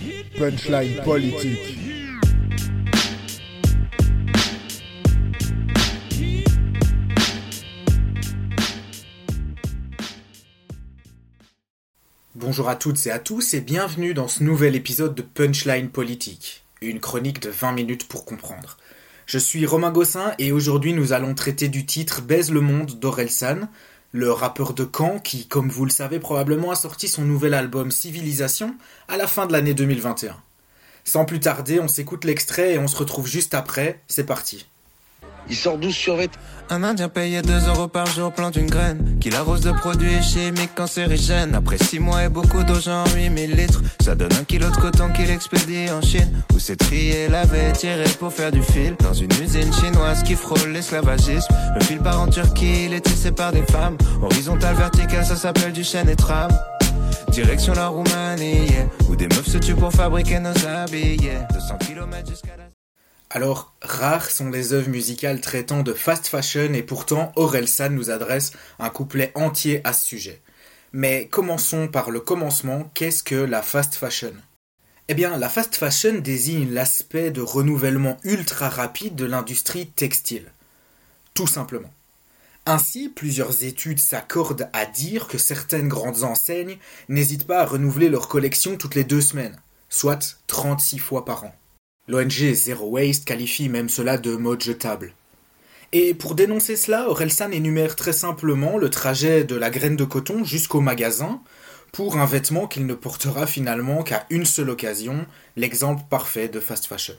Punchline politique. Bonjour à toutes et à tous et bienvenue dans ce nouvel épisode de Punchline politique, une chronique de 20 minutes pour comprendre. Je suis Romain Gossin et aujourd'hui nous allons traiter du titre Baise le monde d'Orelsan, le rappeur de Caen qui, comme vous le savez probablement, a sorti son nouvel album Civilisation à la fin de l'année 2021. Sans plus tarder, on s'écoute l'extrait et on se retrouve juste après, c'est parti. Il sort 12 survêtements. Un Indien payé 2 € par jour plante une graine qu'il arrose de produits chimiques cancérigènes. Après 6 mois et beaucoup d'eau, genre 8000 litres, ça donne 1 kilo de coton qu'il expédie en Chine, où c'est trié, lavé, tiré pour faire du fil dans une usine chinoise qui frôle l'esclavagisme. Le fil part en Turquie, il est tissé par des femmes. Horizontal, vertical, ça s'appelle du chêne et trame. Direction la Roumanie, yeah, où des meufs se tuent pour fabriquer nos habits, yeah. 200 km jusqu'à la... Alors, rares sont les œuvres musicales traitant de fast fashion et pourtant Orelsan nous adresse un couplet entier à ce sujet. Mais commençons par le commencement, qu'est-ce que la fast fashion ? Eh bien, la fast fashion désigne l'aspect de renouvellement ultra rapide de l'industrie textile. Tout simplement. Ainsi, plusieurs études s'accordent à dire que certaines grandes enseignes n'hésitent pas à renouveler leur collection toutes les 2 semaines, soit 36 fois par an. L'ONG Zero Waste qualifie même cela de mode jetable. Et pour dénoncer cela, Orelsan énumère très simplement le trajet de la graine de coton jusqu'au magasin pour un vêtement qu'il ne portera finalement qu'à une seule occasion, l'exemple parfait de fast fashion.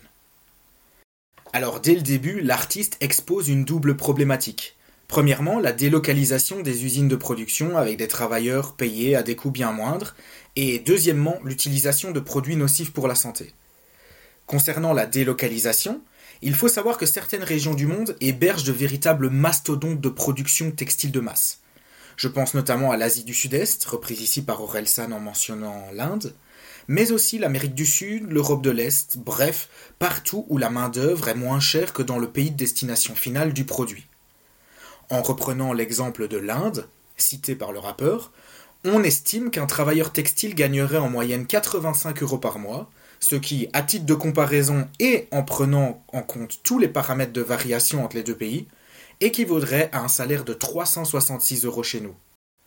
Alors dès le début, l'artiste expose une double problématique. Premièrement, la délocalisation des usines de production avec des travailleurs payés à des coûts bien moindres, et deuxièmement, l'utilisation de produits nocifs pour la santé. Concernant la délocalisation, il faut savoir que certaines régions du monde hébergent de véritables mastodontes de production textile de masse. Je pense notamment à l'Asie du Sud-Est, reprise ici par Orelsan en mentionnant l'Inde, mais aussi l'Amérique du Sud, l'Europe de l'Est, bref, partout où la main-d'œuvre est moins chère que dans le pays de destination finale du produit. En reprenant l'exemple de l'Inde, cité par le rappeur, on estime qu'un travailleur textile gagnerait en moyenne 85 € par mois, ce qui, à titre de comparaison et en prenant en compte tous les paramètres de variation entre les deux pays, équivaudrait à un salaire de 366 € chez nous.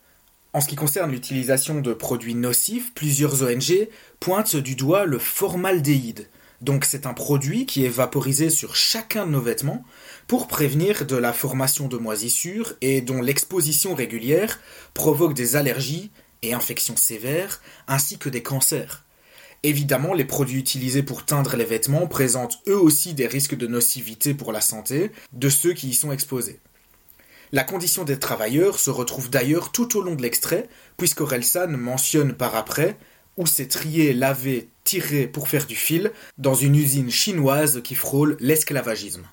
En ce qui concerne l'utilisation de produits nocifs, plusieurs ONG pointent du doigt le formaldéhyde. Donc c'est un produit qui est vaporisé sur chacun de nos vêtements pour prévenir de la formation de moisissures et dont l'exposition régulière provoque des allergies et infections sévères ainsi que des cancers. Évidemment, les produits utilisés pour teindre les vêtements présentent eux aussi des risques de nocivité pour la santé de ceux qui y sont exposés. La condition des travailleurs se retrouve d'ailleurs tout au long de l'extrait, puisqu'Orelsan mentionne par après où c'est trié, lavé, tiré pour faire du fil dans une usine chinoise qui frôle l'esclavagisme.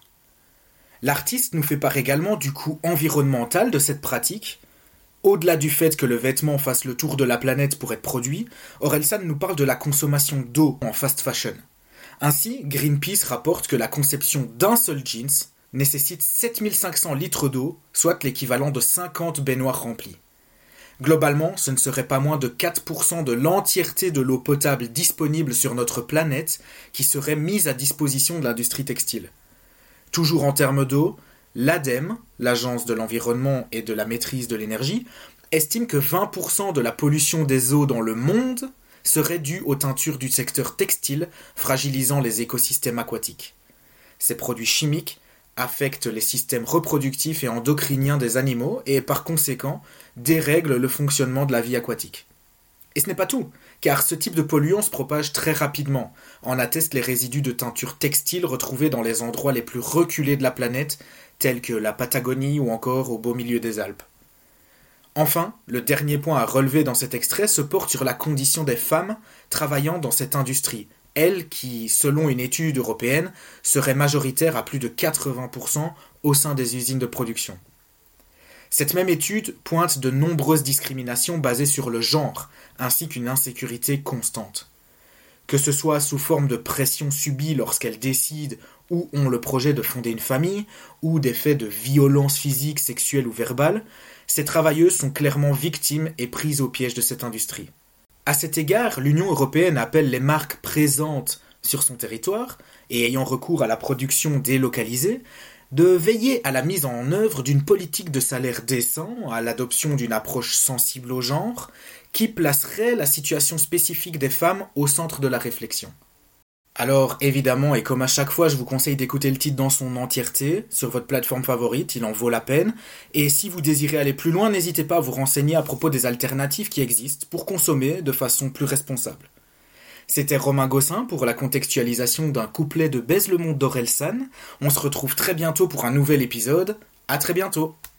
L'artiste nous fait part également du coût environnemental de cette pratique. Au-delà du fait que le vêtement fasse le tour de la planète pour être produit, Orelsan nous parle de la consommation d'eau en fast fashion. Ainsi, Greenpeace rapporte que la conception d'un seul jeans nécessite 7500 litres d'eau, soit l'équivalent de 50 baignoires remplies. Globalement, ce ne serait pas moins de 4% de l'entièreté de l'eau potable disponible sur notre planète qui serait mise à disposition de l'industrie textile. Toujours en termes d'eau, l'ADEME, l'Agence de l'environnement et de la maîtrise de l'énergie, estime que 20% de la pollution des eaux dans le monde serait due aux teintures du secteur textile, fragilisant les écosystèmes aquatiques. Ces produits chimiques affectent les systèmes reproductifs et endocriniens des animaux et, par conséquent, dérèglent le fonctionnement de la vie aquatique. Et ce n'est pas tout, car ce type de polluant se propage très rapidement, en attestent les résidus de teinture textile retrouvés dans les endroits les plus reculés de la planète, tels que la Patagonie ou encore au beau milieu des Alpes. Enfin, le dernier point à relever dans cet extrait se porte sur la condition des femmes travaillant dans cette industrie, elles qui, selon une étude européenne, seraient majoritaires à plus de 80% au sein des usines de production. Cette même étude pointe de nombreuses discriminations basées sur le genre, ainsi qu'une insécurité constante. Que ce soit sous forme de pression subie lorsqu'elles décident ou ont le projet de fonder une famille, ou des faits de violence physique, sexuelle ou verbale, ces travailleuses sont clairement victimes et prises au piège de cette industrie. À cet égard, l'Union européenne appelle les marques présentes sur son territoire et ayant recours à la production délocalisée de veiller à la mise en œuvre d'une politique de salaire décent, à l'adoption d'une approche sensible au genre, qui placerait la situation spécifique des femmes au centre de la réflexion. Alors évidemment, et comme à chaque fois, je vous conseille d'écouter le titre dans son entièreté sur votre plateforme favorite, il en vaut la peine. Et si vous désirez aller plus loin, n'hésitez pas à vous renseigner à propos des alternatives qui existent pour consommer de façon plus responsable. C'était Romain Gossin pour la contextualisation d'un couplet de Baise le monde d'Orelsan. On se retrouve très bientôt pour un nouvel épisode. À très bientôt.